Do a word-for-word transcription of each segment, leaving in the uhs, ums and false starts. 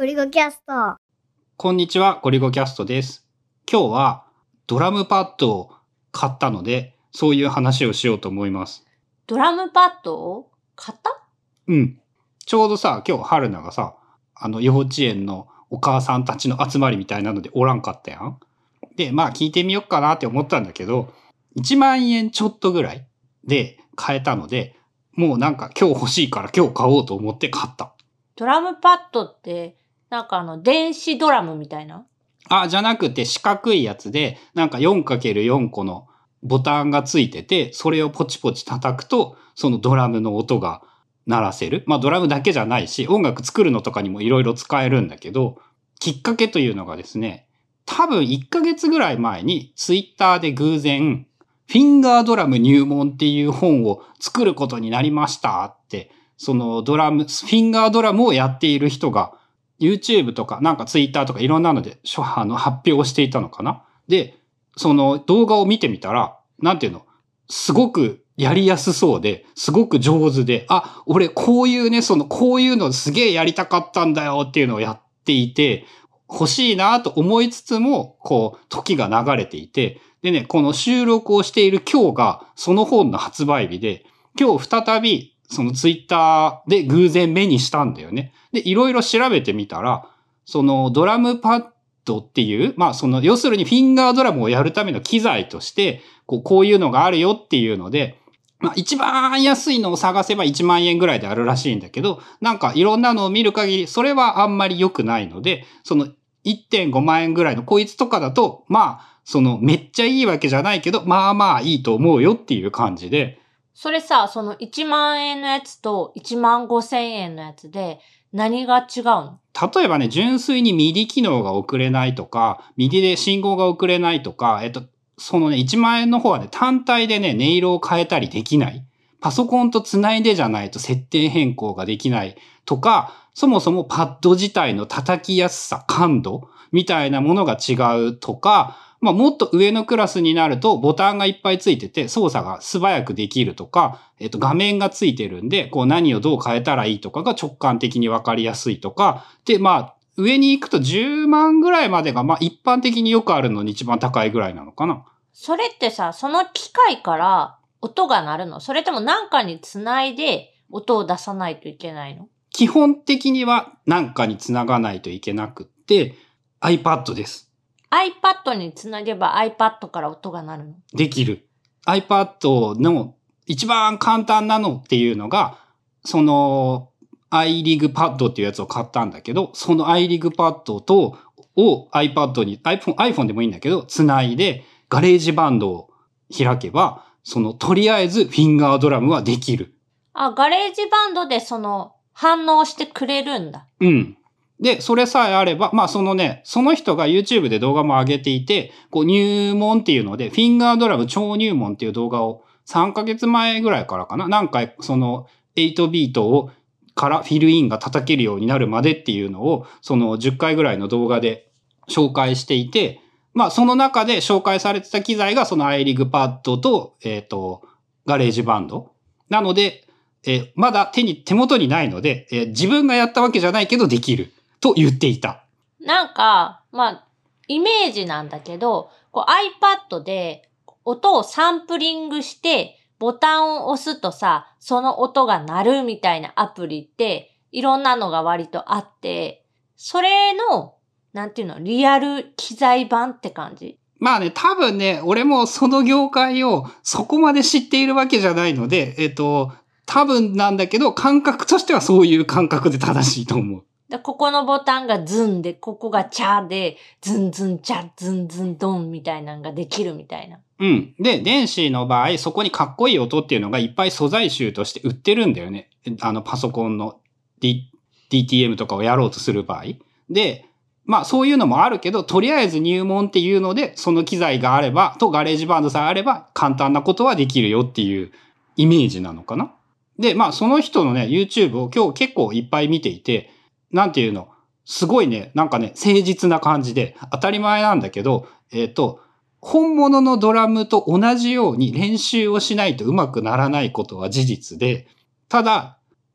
ゴリゴキャスト。 こんにちは、ゴリゴキャストです。今日はドラムパッドを買ったので、そういう話をしようと思います。 ドラムパッドを買った？ うん。ちょうどさ、今日春菜がさ、あの幼稚園のお母さんたちの集まりみたいなのでおらんかったやん。で、まあ聞いてみよっかなって思ったんだけど、いちまんえんちょっとぐらいで買えたので、もうなんか今日欲しいから今日買おうと思って買った。 ドラムパッドって、なんかあの、電子ドラムみたいな？ あ、じゃなくて四角いやつで、なんか よんかけるよん 個のボタンがついてて、それをポチポチ叩くと、そのドラムの音が鳴らせる。まあドラムだけじゃないし、音楽作るのとかにもいろいろ使えるんだけど、きっかけというのがですね、多分いっかげつぐらい前にツイッターで偶然、フィンガードラム入門っていう本を作ることになりましたって、そのドラム、フィンガードラムをやっている人が、YouTube とかなんか Twitter とかいろんなのであの発表していたのかな。で、その動画を見てみたら、なんていうの、すごくやりやすそうで、すごく上手で、あ、俺こういうね、そのこういうのすげえやりたかったんだよっていうのをやっていて、欲しいなと思いつつも、こう、時が流れていて、でね、この収録をしている今日がその本の発売日で、今日再びそのツイッターで偶然目にしたんだよね。で、いろいろ調べてみたら、そのドラムパッドっていう、まあその要するにフィンガードラムをやるための機材として、こうこういうのがあるよっていうので、まあ一番安いのを探せばいちまんえんぐらいであるらしいんだけど、なんかいろんなのを見る限り、それはあんまり良くないので、その いってんごまんえんぐらいのこいつとかだと、まあ、そのめっちゃいいわけじゃないけど、まあまあいいと思うよっていう感じで。 それさ、そのいちまんえんのやつといちまんごせんえんのやつで何が違うの？ 例えばね、純粋に ミディ 機能が送れないとか、ミディ で信号が送れないとか、えっと、そのね、いちまんえんの方はね、単体でね、音色を変えたりできない。パソコンとつないでじゃないと設定変更ができないとか、そもそもパッド自体の叩きやすさ、感度みたいなものが違うとか、まあもっと上のクラスになるとボタンがいっぱいついてて操作が素早くできるとか、えっと画面がついてるんで、こう何をどう変えたらいいとかが直感的にわかりやすいとか、でまあ上に行くとじゅうまんぐらいまでがまあ一般的によくあるのに一番高いぐらいなのかな。 それってさ、その機械から音が鳴るの？それとも何かにつないで音を出さないといけないの？ 基本的には何かにつながないといけなくって iPad です。 iPad につなげば iPad から音が鳴るの？ できる。iPad の一番簡単なのっていうのが、その iRig パッドっていうやつを買ったんだけど、その iRig パッドとを iPad に iPhone、iPhone でもいいんだけど、つないでガレージバンドを開けば、そのとりあえずフィンガードラムはできる。 あ、ガレージバンドでその反応してくれるんだ。 うん。で、それさえあれば、まあそのね、その人が YouTube で動画も上げていて、こう入門っていうので、フィンガードラム超入門っていう動画をさんかげつまえぐらいからかな。何回そのはちビートをからフィルインが叩けるようになるまでっていうのを、そのじゅっかいぐらいの動画で紹介していて、まあその中で紹介されてた機材がその iRig パッドと、えっと、ガレージバンド。なので、えー、まだ手に、手元にないので、えー、自分がやったわけじゃないけどできる。と言っていた。 なんか、まあ、イメージなんだけど、こう iPad で音をサンプリングして、ボタンを押すとさ、その音が鳴るみたいなアプリって、いろんなのが割とあって、それの、なんていうの、リアル機材版って感じ？ まあね、多分ね、俺もその業界をそこまで知っているわけじゃないので、えっと、多分なんだけど、感覚としてはそういう感覚で正しいと思う。 でここのボタンがズンで、ここがチャで、ズンズンチャ、ズンズンドンみたいなのができるみたいな。 うん。で、電子の場合、そこにかっこいい音っていうのがいっぱい素材集として売ってるんだよね。あの、パソコンの D、ディーティーエム とかをやろうとする場合。で、まあそういうのもあるけど、とりあえず入門っていうので、その機材があれば、とガレージバンドさえあれば、簡単なことはできるよっていうイメージなのかな。で、まあその人のね、YouTube を今日結構いっぱい見ていて、なんていうの、すごいね、なんかね、誠実な感じで、当たり前なんだけど、えっと、本物のドラムと同じように練習をしないと上手くならないことは事実で、ただ、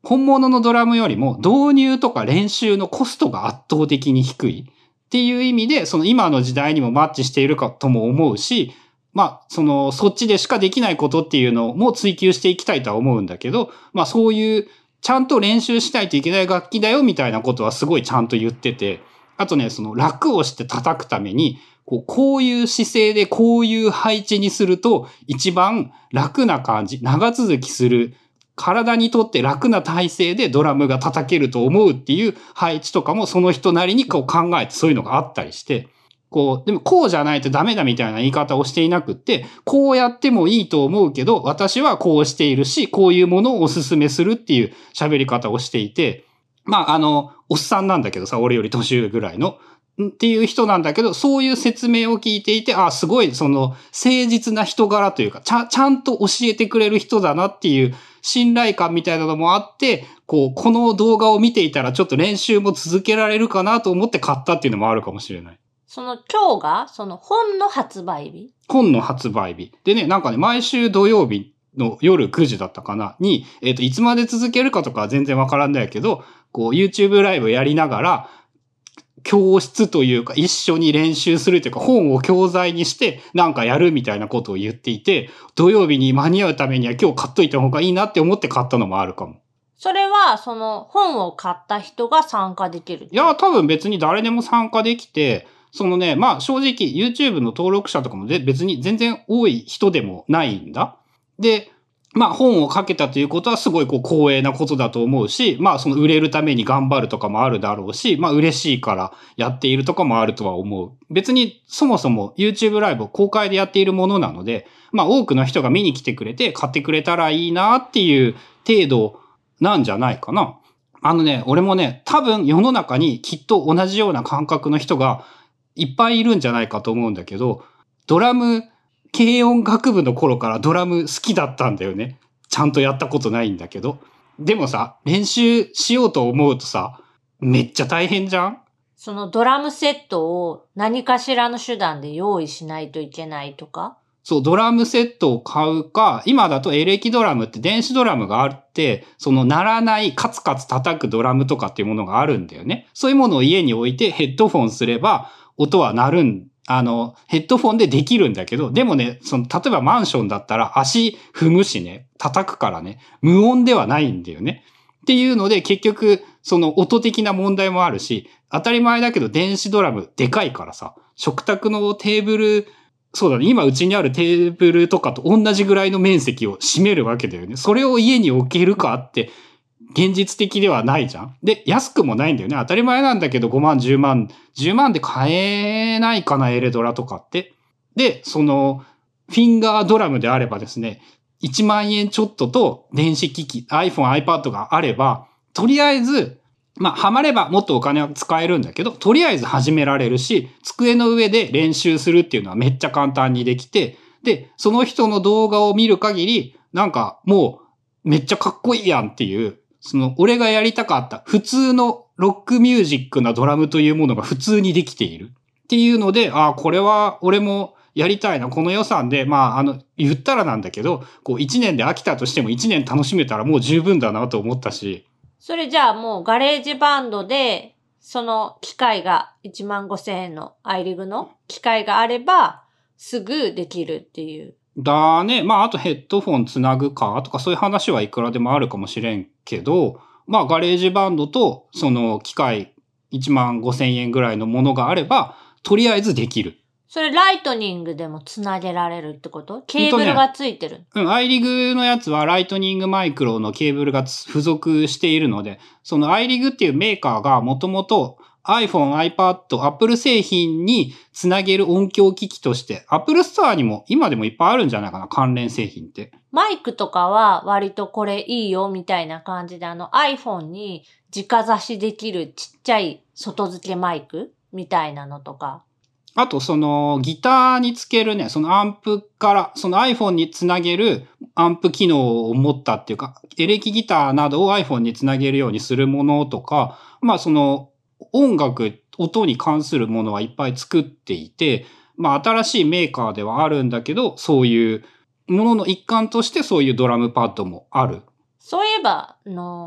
本物のドラムよりも導入とか練習のコストが圧倒的に低いっていう意味で、その今の時代にもマッチしているかとも思うし、まあ、その、そっちでしかできないことっていうのも追求していきたいとは思うんだけど、まあそういう、ちゃんと練習しないといけない楽器だよみたいなことはすごいちゃんと言ってて、あとね、その楽をして叩くために、こう、こういう姿勢でこういう配置にすると一番楽な感じ、長続きする、体にとって楽な体勢でドラムが叩けると思うっていう配置とかもその人なりにこう考えてそういうのがあったりして、こう、でもこうじゃないとダメだみたいな言い方をしていなくって、こうやってもいいと思うけど、私はこうしているし、こういうものをお勧めするっていう喋り方をしていて、まあ、あの、おっさんなんだけどさ、俺より年上ぐらいの。っていう人なんだけど、そういう説明を聞いていて、あ、すごい、その、誠実な人柄というか、ちゃ、ちゃんと教えてくれる人だなっていう信頼感みたいなのもあって、こう、この動画を見ていたらちょっと練習も続けられるかなと思って買ったっていうのもあるかもしれない。 その今日が、その本の発売日？ 本の発売日。でね、なんかね、毎週土曜日の夜くじだったかな、に、えっと、いつまで続けるかとかは全然わからんないけど、こう、YouTube ライブやりながら、教室というか一緒に練習するというか本を教材にしてなんかやるみたいなことを言っていて、土曜日に間に合うためには今日買っといた方がいいなって思って買ったのもあるかも。 それはその本を買った人が参加できる？ いや、多分別に誰でも参加できて、そのね、まあ正直 YouTube の登録者とかもで別に全然多い人でもないんだ。で、まあ本を書けたということはすごいこう光栄なことだと思うし、まあその売れるために頑張るとかもあるだろうし、まあ嬉しいからやっているとかもあるとは思う。別にそもそも YouTube ライブを公開でやっているものなので、まあ多くの人が見に来てくれて買ってくれたらいいなっていう程度なんじゃないかな。あのね、俺もね、多分世の中にきっと同じような感覚の人がいっぱいいるんじゃないかと思うんだけど、ドラム、軽音楽部の頃からドラム好きだったんだよね。ちゃんとやったことないんだけど。でもさ、練習しようと思うとさ、めっちゃ大変じゃん？ そのドラムセットを何かしらの手段で用意しないといけないとか？ そう、ドラムセットを買うか、今だとエレキドラムって電子ドラムがあって、その鳴らないカツカツ叩くドラムとかっていうものがあるんだよね。そういうものを家に置いてヘッドフォンすれば音は鳴るんあの、ヘッドフォンでできるんだけど、でもね、その、例えばマンションだったら足踏むしね、叩くからね、無音ではないんだよね。っていうので、結局、その音的な問題もあるし、当たり前だけど電子ドラムでかいからさ、食卓のテーブル、そうだね、今うちにあるテーブルとかと同じぐらいの面積を占めるわけだよね。それを家に置けるかって、現実的ではないじゃん。で、安くもないんだよね。当たり前なんだけどごまん、じゅうまん、じゅうまんで買えないかな、エレドラとかって。で、その、フィンガードラムであればですね、いちまんえんちょっとと電子機器、iPhone、iPad があれば、とりあえず、まあ、ハマればもっとお金は使えるんだけど、とりあえず始められるし、机の上で練習するっていうのはめっちゃ簡単にできて、で、その人の動画を見る限り、なんかもうめっちゃかっこいいやんっていう、その俺がやりたかった普通のロックミュージックなドラムというものが普通にできているっていうので、ああ、これは俺もやりたいな、この予算で、まあ、あの、言ったらなんだけど、こういちねんで飽きたとしてもいちねん楽しめたらもう十分だなと思ったし。 それじゃあもうガレージバンドで、その機械がいちまんごせんえんのアイリグの機械があれば、すぐできるっていう。 だね。まあ、あとヘッドフォンつなぐかとかそういう話はいくらでもあるかもしれんけど、まあ、ガレージバンドとその機械いちまんごせんえんぐらいのものがあれば、とりあえずできる。 それライトニングでもつなげられるってこと？ケーブルがついてる。 うん、アイリグのやつはライトニングマイクロのケーブルが付属しているので、そのアイリグっていうメーカーがもともと iPhone、iPad、Apple 製品につなげる音響機器として、Apple Store にも今でもいっぱいあるんじゃないかな、関連製品って。 マイクとかは割とこれいいよみたいな感じで、あの iPhone に直差しできるちっちゃい外付けマイクみたいなのとか。 あと、その、ギターにつけるね、そのアンプから、その iPhone につなげるアンプ機能を持ったっていうか、エレキギターなどを iPhone につなげるようにするものとか、まあその、音楽、音に関するものはいっぱい作っていて、まあ新しいメーカーではあるんだけど、そういうものの一環としてそういうドラムパッドもある。 そういえば、あの、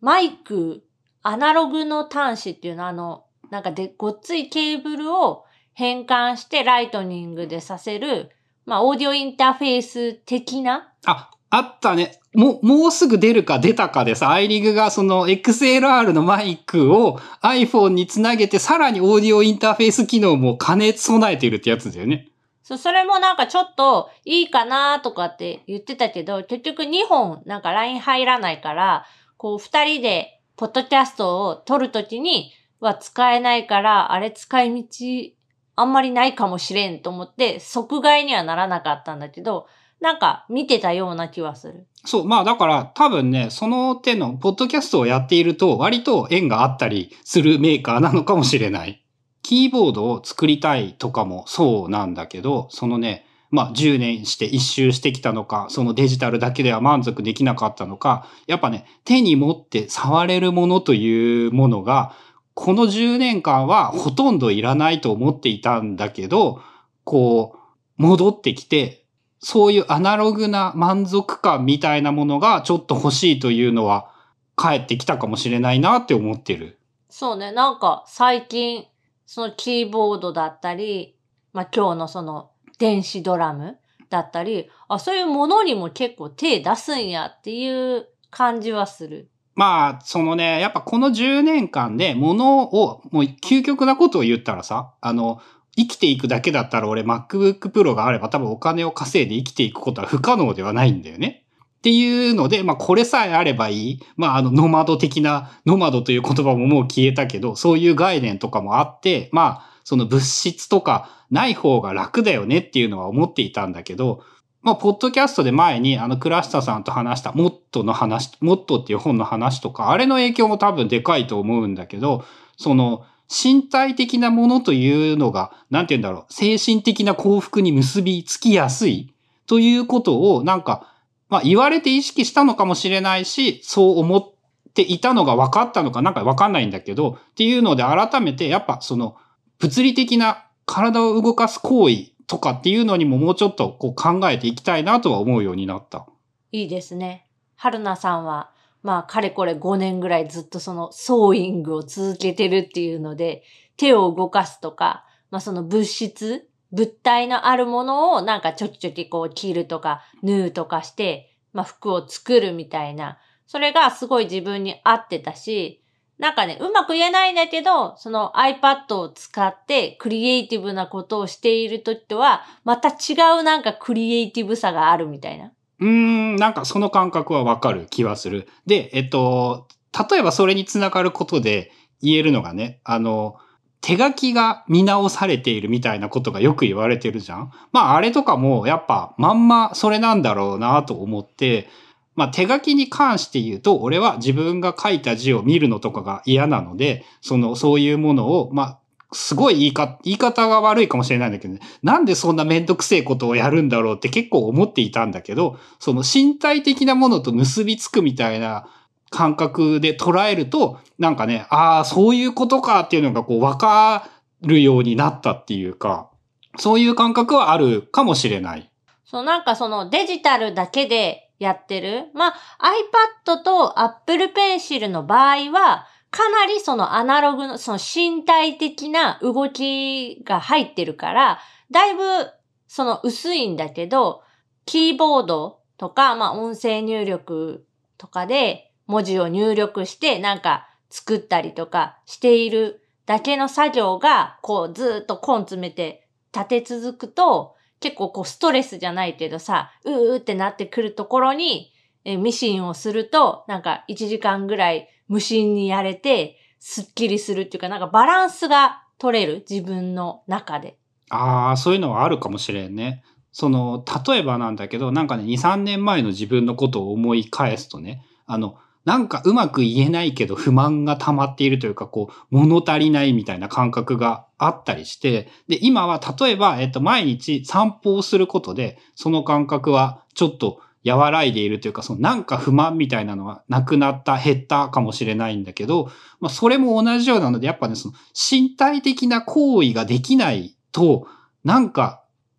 マイク、アナログの端子っていうのはあの、なんかで、ごっついケーブルを変換してライトニングでさせる、まあ、オーディオインターフェース的な。 あ、あったね。もう、もうすぐ出るか出たかでさ、アイリグがその エックスエルアール のマイクを iPhone につなげて、さらにオーディオインターフェース機能も兼ね備えているってやつだよね。 そう、それもなんかちょっといいかなとかって言ってたけど、結局にほんなんか ライン 入らないから、こうふたりでポッドキャストを撮るときには使えないから、あれ使い道あんまりないかもしれんと思って、即買いにはならなかったんだけど、なんか見てたような気はする。 そう、まあだから多分ね、その手のポッドキャストをやっていると割と縁があったりするメーカーなのかもしれない。キーボードを作りたいとかもそうなんだけど、そのね、まあじゅうねんして一周してきたのか、そのデジタルだけでは満足できなかったのか、やっぱね、手に持って触れるものというものが、このじゅうねんかんはほとんどいらないと思っていたんだけど、こう、戻ってきて、そういうアナログな満足感みたいなものがちょっと欲しいというのは帰ってきたかもしれないなって思ってる。 そうね、なんか最近、そのキーボードだったり、まあ今日のその電子ドラムだったり、あ、そういうものにも結構手出すんやっていう感じはする。 まあ、そのね、やっぱこのじゅうねんかんで物を、もう究極なことを言ったらさ、あの、生きていくだけだったら俺 MacBook Pro があれば多分お金を稼いで生きていくことは不可能ではないんだよね。っていうので、まあこれさえあればいい。まああのノマド的な、ノマドという言葉ももう消えたけど、そういう概念とかもあって、まあその物質とかない方が楽だよねっていうのは思っていたんだけど、まあポッドキャストで前にあの倉下さんと話したモットの話、モットっていう本の話とか、あれの影響も多分でかいと思うんだけど、その身体的なものというのが、なんて言うんだろう、精神的な幸福に結びつきやすいということをなんか、まあ言われて意識したのかもしれないし、そう思っていたのが分かったのかなんか分かんないんだけど、っていうので改めてやっぱその物理的な体を動かす行為とかっていうのにももうちょっとこう考えていきたいなとは思うようになった。 いいですね。春菜さんは、まあ、かれこれごねんぐらいずっとそのソーイングを続けてるっていうので、手を動かすとか、まあその物質、物体のあるものをなんかちょきちょきこう切るとか縫うとかして、まあ服を作るみたいな、それがすごい自分に合ってたし、なんかね、うまく言えないんだけど、その iPad を使ってクリエイティブなことをしているときとは、また違うなんかクリエイティブさがあるみたいな。 うーん、なんかその感覚はわかる気はする。で、えっと、例えばそれにつながることで言えるのがね、あの、手書きが見直されているみたいなことがよく言われてるじゃん。まああれとかもやっぱまんまそれなんだろうなと思って、まあ手書きに関して言うと、俺は自分が書いた字を見るのとかが嫌なので、その、そういうものを、まあ、すごい言い方、言い方が悪いかもしれないんだけどね。なんでそんなめんどくせえことをやるんだろうって結構思っていたんだけど、その身体的なものと結びつくみたいな感覚で捉えると、なんかね、ああ、そういうことかっていうのがこう分かるようになったっていうか、そういう感覚はあるかもしれない。 そう、なんかそのデジタルだけでやってる。まあ、iPad と Apple Pencil の場合は、かなりそのアナログの、その身体的な動きが入ってるから、だいぶその薄いんだけど、キーボードとか、まあ音声入力とかで文字を入力してなんか作ったりとかしているだけの作業が、こうずーっと根詰めて立て続くと、結構こうストレスじゃないけどさ、うーってなってくるところに、えミシンをすると、なんかいちじかんぐらい無心にやれて、スッキリするっていうか、なんかバランスが取れる、自分の中で。 ああ、そういうのはあるかもしれんね。その、例えばなんだけど、なんかね、に、さんねんまえの自分のことを思い返すとね、あの、なんかうまく言えないけど不満が溜まっているというか、こう、物足りないみたいな感覚があったりして、で、今は例えば、えっと、毎日散歩をすることで、その感覚はちょっと和らいでいるというか、そのなんか不満みたいなのはなくなった、減ったかもしれないんだけど、まあ、それも同じようなので、やっぱね、その身体的な行為ができないと、なんか、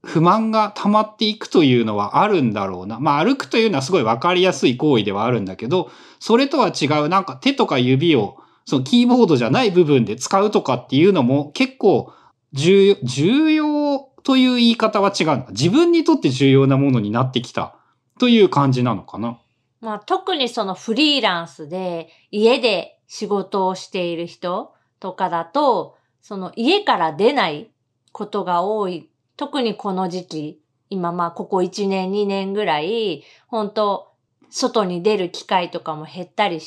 不満が溜まっていくというのはあるんだろうな。まあ歩くというのはすごいわかりやすい行為ではあるんだけど、それとは違うなんか手とか指をそのキーボードじゃない部分で使うとかっていうのも結構重要、重要という言い方は違うのか。自分にとって重要なものになってきたという感じなのかな。 まあ特にそのフリーランスで家で仕事をしている人とかだと、その家から出ないことが多い。特にこの時期、今まあここいちねんにねんぐらい、本当外に出る機会とかも減ったりして、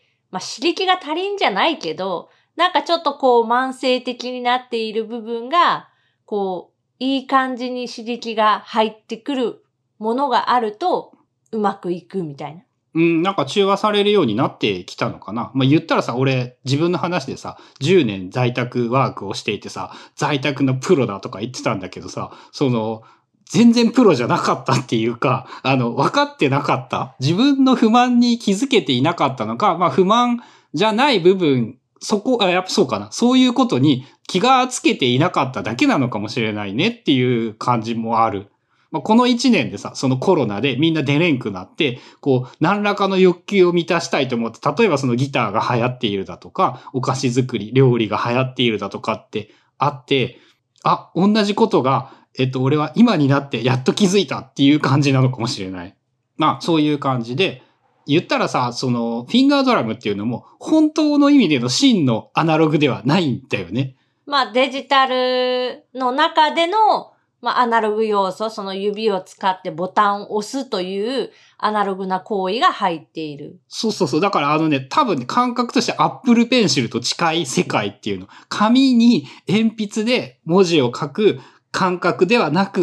まあ刺激が足りんじゃないけど、なんかちょっとこう慢性的になっている部分が、こういい感じに刺激が入ってくるものがあるとうまくいくみたいな。 うん、なんか中和されるようになってきたのかな。まあ言ったらさ、俺自分の話でさ、じゅうねん在宅ワークをしていてさ、在宅のプロだとか言ってたんだけどさ、その、全然プロじゃなかったっていうか、あの、分かってなかった。自分の不満に気づけていなかったのか、まあ不満じゃない部分、そこ、あ、やっぱそうかな。そういうことに気がつけていなかっただけなのかもしれないねっていう感じもある。まあ、この一年でさ、そのコロナでみんな出れんくなって、こう、何らかの欲求を満たしたいと思って、例えばそのギターが流行っているだとか、お菓子作り、料理が流行っているだとかってあって、あ、同じことが、えっと、俺は今になってやっと気づいたっていう感じなのかもしれない。まあ、そういう感じで、言ったらさ、その、フィンガードラムっていうのも、本当の意味での真のアナログではないんだよね。 まあデジタルの中での、まあアナログ要素、その指を使ってボタンを押すというアナログな行為が入っている。 そうそうそう。だからあのね、多分ね、感覚としてアップルペンシルと近い世界っていうの。紙に鉛筆で文字を書く感覚ではなくって、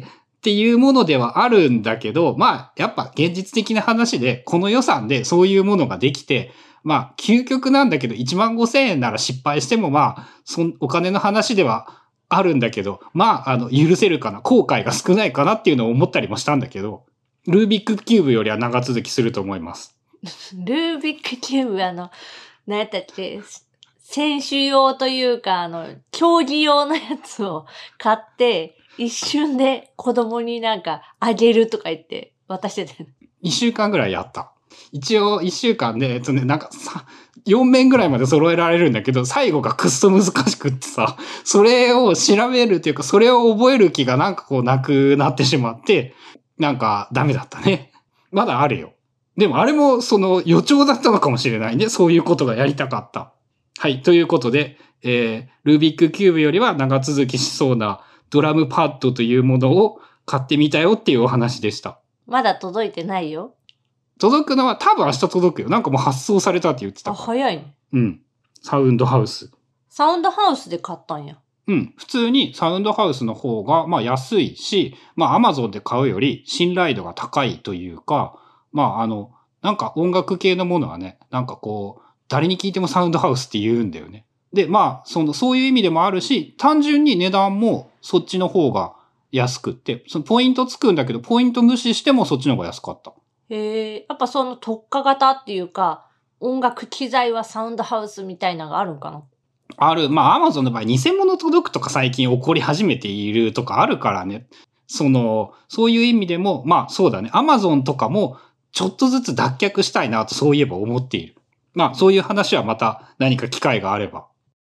っていうものではあるんだけど、まあ、やっぱ現実的な話で、この予算でそういうものができて、まあ、究極なんだけど、いちまんごせんえんなら失敗しても、まあ、そん、お金の話ではあるんだけど、まあ、あの、許せるかな、後悔が少ないかなっていうのを思ったりもしたんだけど、ルービックキューブよりは長続きすると思います。 ルービックキューブ、あの、何やったっけ、選手用というか、あの、競技用のやつを買って、一瞬で子供になんかあげるとか言って渡してて。 一週間ぐらいやった。一応一週間で、えっとね、なんかさ、よん面ぐらいまで揃えられるんだけど、最後がくっそ難しくってさ、それを調べるっていうか、それを覚える気がなんかこうなくなってしまって、なんかダメだったね。まだあるよ。でもあれもその予兆だったのかもしれないね。そういうことがやりたかった。はい。ということで、えー、ルービックキューブよりは長続きしそうなドラムパッドというものを買ってみたよっていうお話でした。 まだ届いてないよ。 届くのは多分明日届くよ。なんかもう発送されたって言ってたあ、 から。 早いね。 うん。サウンドハウス。 サウンドハウスで買ったんや。 うん。普通にサウンドハウスの方が、まあ安いし、まあアマゾンで買うより信頼度が高いというか、まああの、なんか音楽系のものはね、なんかこう、誰に聞いてもサウンドハウスって言うんだよね。で、まあ、その、そういう意味でもあるし、単純に値段もそっちの方が安くって、そのポイントつくんだけど、ポイント無視してもそっちの方が安かった。 へえ、やっぱその特化型っていうか、音楽機材はサウンドハウスみたいなのがあるんかな？ ある。まあ、アマゾンの場合、偽物届くとか最近起こり始めているとかあるからね。その、そういう意味でも、まあそうだね。アマゾンとかも、ちょっとずつ脱却したいなとそういえば思っている。まあ、そういう話はまた何か機会があれば